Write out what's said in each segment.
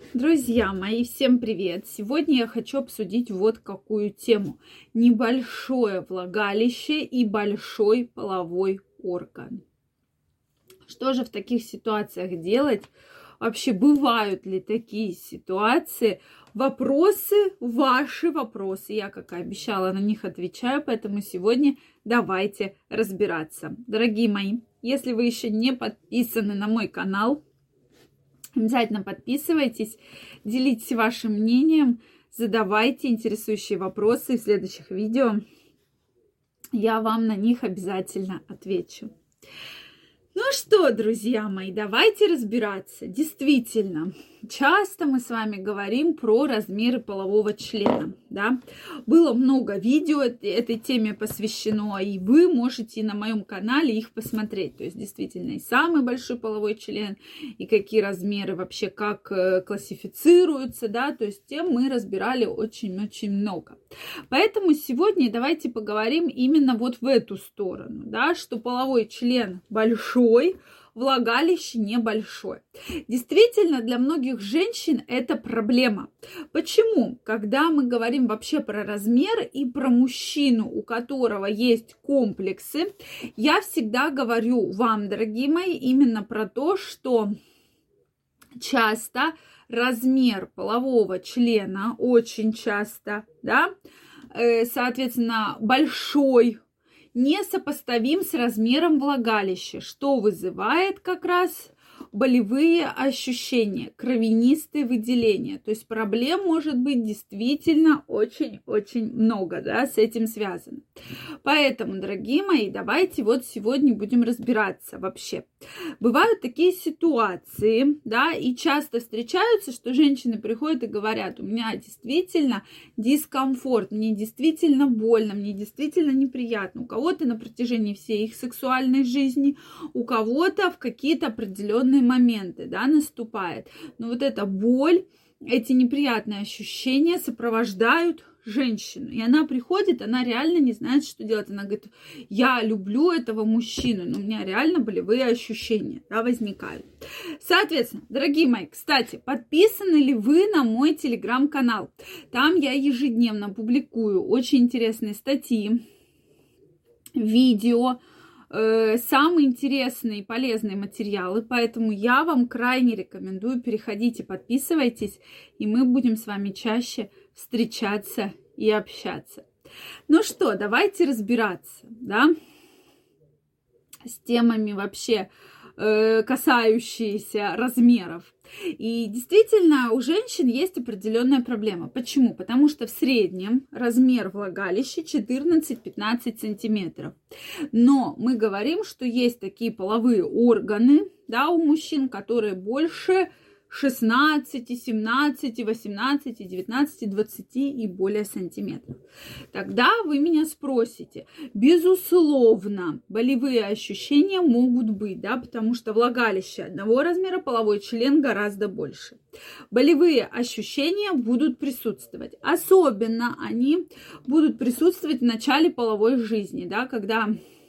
Друзья мои, всем привет! Сегодня я хочу обсудить вот какую тему. Небольшое влагалище и большой половой орган. Что же в таких ситуациях делать? Вообще, бывают ли такие ситуации? Вопросы, ваши вопросы. Я, как и обещала, на них отвечаю, поэтому сегодня давайте разбираться. Дорогие мои, если вы еще не подписаны на мой канал, обязательно подписывайтесь, делитесь вашим мнением, задавайте интересующие вопросы. В следующих видео я вам на них обязательно отвечу. Ну что, друзья мои, давайте разбираться. Действительно, часто мы с вами говорим про размеры полового члена, да? Было много видео этой теме посвящено, и вы можете на моем канале их посмотреть. То есть, действительно, и самый большой половой член, и какие размеры вообще, как классифицируются, да? То есть, тем мы разбирали очень-очень много. Поэтому сегодня давайте поговорим именно вот в эту сторону, да? Что половой член большой, влагалище небольшое. Действительно, для многих женщин это проблема. Почему? Когда мы говорим вообще про размер и про мужчину, у которого есть комплексы, я всегда говорю вам, дорогие мои, именно про то, что часто размер полового члена, очень часто, да, соответственно, большой, несопоставим с размером влагалища, что вызывает как раз болевые ощущения, кровянистые выделения. То есть проблем может быть действительно очень-очень много, да, с этим связано. Поэтому, дорогие мои, давайте вот сегодня будем разбираться вообще. Бывают такие ситуации, да, и часто встречаются, что женщины приходят и говорят: у меня действительно дискомфорт, мне действительно больно, мне действительно неприятно. У кого-то на протяжении всей их сексуальной жизни, у кого-то в какие-то определенные моменты, да, наступает. Но вот эта боль, эти неприятные ощущения сопровождают женщину. И она приходит, она реально не знает, что делать. Она говорит: я люблю этого мужчину, но у меня реально болевые ощущения, да, возникают. Соответственно, дорогие мои, кстати, подписаны ли вы на мой телеграм-канал? Там я ежедневно публикую очень интересные статьи, видео, самые интересные и полезные материалы, поэтому я вам крайне рекомендую, переходите, подписывайтесь, и мы будем с вами чаще встречаться и общаться. Ну что, давайте разбираться, да, с темами вообще касающиеся размеров. И действительно, у женщин есть определенная проблема. Почему? Потому что в среднем размер влагалища 14-15 сантиметров. Но мы говорим, что есть такие половые органы, да, у мужчин, которые больше 16, 17, 18, 19, 20 и более сантиметров. Тогда вы меня спросите: безусловно, болевые ощущения могут быть, да, потому что влагалище одного размера, половой член гораздо больше. Болевые ощущения будут присутствовать. Особенно они будут присутствовать в начале половой жизни, да, когда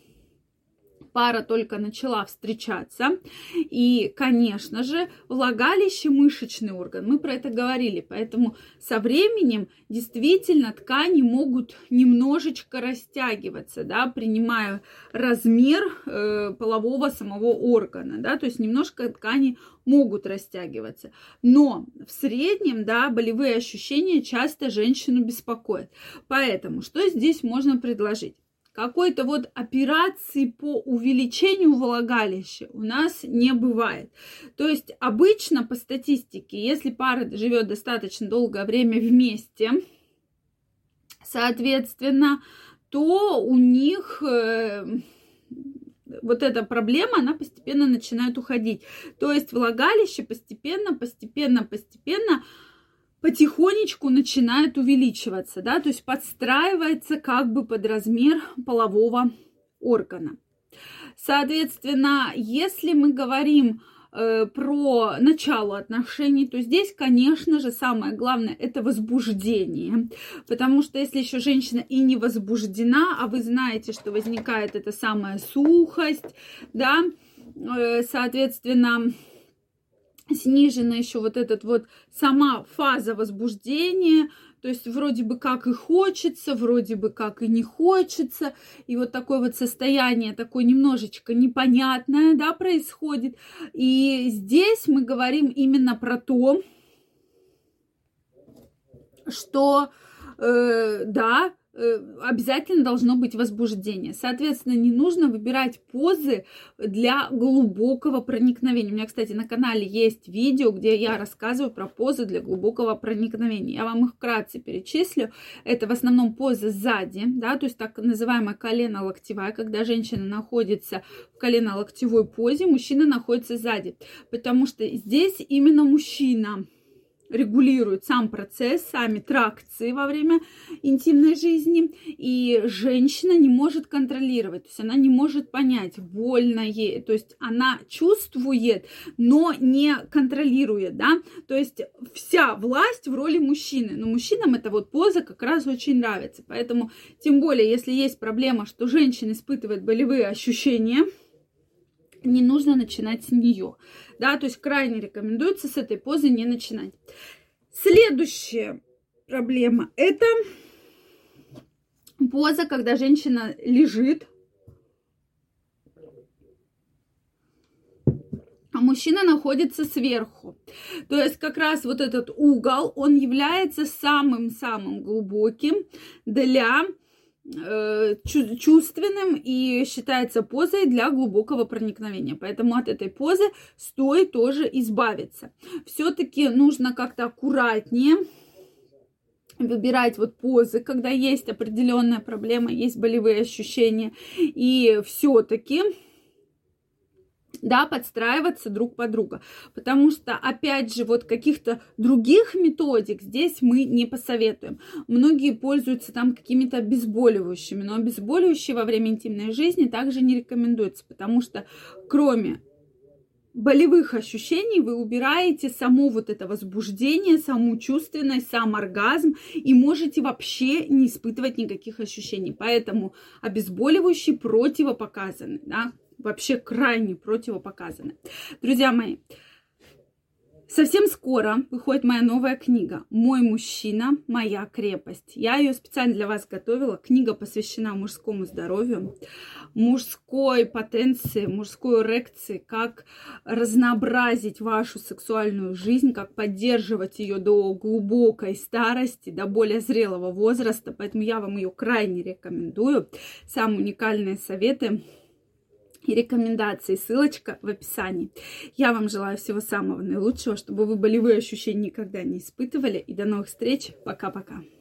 пара только начала встречаться. И, конечно же, влагалище — мышечный орган. Мы про это говорили. Поэтому со временем действительно ткани могут немножечко растягиваться, да, принимая размер полового самого органа. Да, то есть немножко ткани могут растягиваться. Но в среднем, да, болевые ощущения часто женщину беспокоят. Поэтому что здесь можно предложить? Какой-то вот операции по увеличению влагалища у нас не бывает. То есть обычно по статистике, если пара живет достаточно долгое время вместе, соответственно, то у них вот эта проблема, она постепенно начинает уходить. То есть влагалище постепенно потихонечку начинает увеличиваться, да, то есть подстраивается как бы под размер полового органа. Соответственно, если мы говорим про начало отношений, то здесь, конечно же, самое главное — это возбуждение. Потому что если еще женщина и не возбуждена, а вы знаете, что возникает эта самая сухость, да, соответственно, снижена еще вот этот вот сама фаза возбуждения, то есть вроде бы как и хочется, вроде бы как и не хочется, и вот такое вот состояние, такое немножечко непонятное, да, происходит. И здесь мы говорим именно про то, что, да, обязательно должно быть возбуждение. Соответственно, не нужно выбирать позы для глубокого проникновения. У меня, кстати, на канале есть видео, где я рассказываю про позы для глубокого проникновения. Я вам их вкратце перечислю. Это в основном позы сзади, да, то есть так называемая колено-локтевая, когда женщина находится в колено-локтевой позе, мужчина находится сзади. Потому что здесь именно мужчина регулирует сам процесс, сами тракции во время интимной жизни, и женщина не может контролировать, то есть она не может понять, больно ей, то есть она чувствует, но не контролирует, да, то есть вся власть в роли мужчины, но мужчинам эта вот поза как раз очень нравится, поэтому тем более, если есть проблема, что женщина испытывает болевые ощущения, не нужно начинать с нее, да, то есть крайне рекомендуется с этой позы не начинать. Следующая проблема – это поза, когда женщина лежит, а мужчина находится сверху. То есть как раз вот этот угол, он является самым-самым глубоким для чувственным и считается позой для глубокого проникновения. Поэтому от этой позы стоит тоже избавиться. Все-таки нужно как-то аккуратнее выбирать вот позы, когда есть определенная проблема, есть болевые ощущения. И все-таки, да, подстраиваться друг под друга. Потому что, опять же, вот каких-то других методик здесь мы не посоветуем. Многие пользуются там какими-то обезболивающими, но обезболивающие во время интимной жизни также не рекомендуются, потому что кроме болевых ощущений вы убираете само вот это возбуждение, саму чувственность, сам оргазм и можете вообще не испытывать никаких ощущений. Поэтому обезболивающие противопоказаны, да, вообще крайне противопоказаны. Друзья мои, совсем скоро выходит моя новая книга «Мой мужчина, моя крепость». Я ее специально для вас готовила. Книга посвящена мужскому здоровью, мужской потенции, мужской эрекции, как разнообразить вашу сексуальную жизнь, как поддерживать ее до глубокой старости, до более зрелого возраста. Поэтому я вам ее крайне рекомендую. Самые уникальные советы и рекомендации, ссылочка в описании. Я вам желаю всего самого наилучшего, чтобы вы болевые ощущения никогда не испытывали. И до новых встреч. Пока-пока.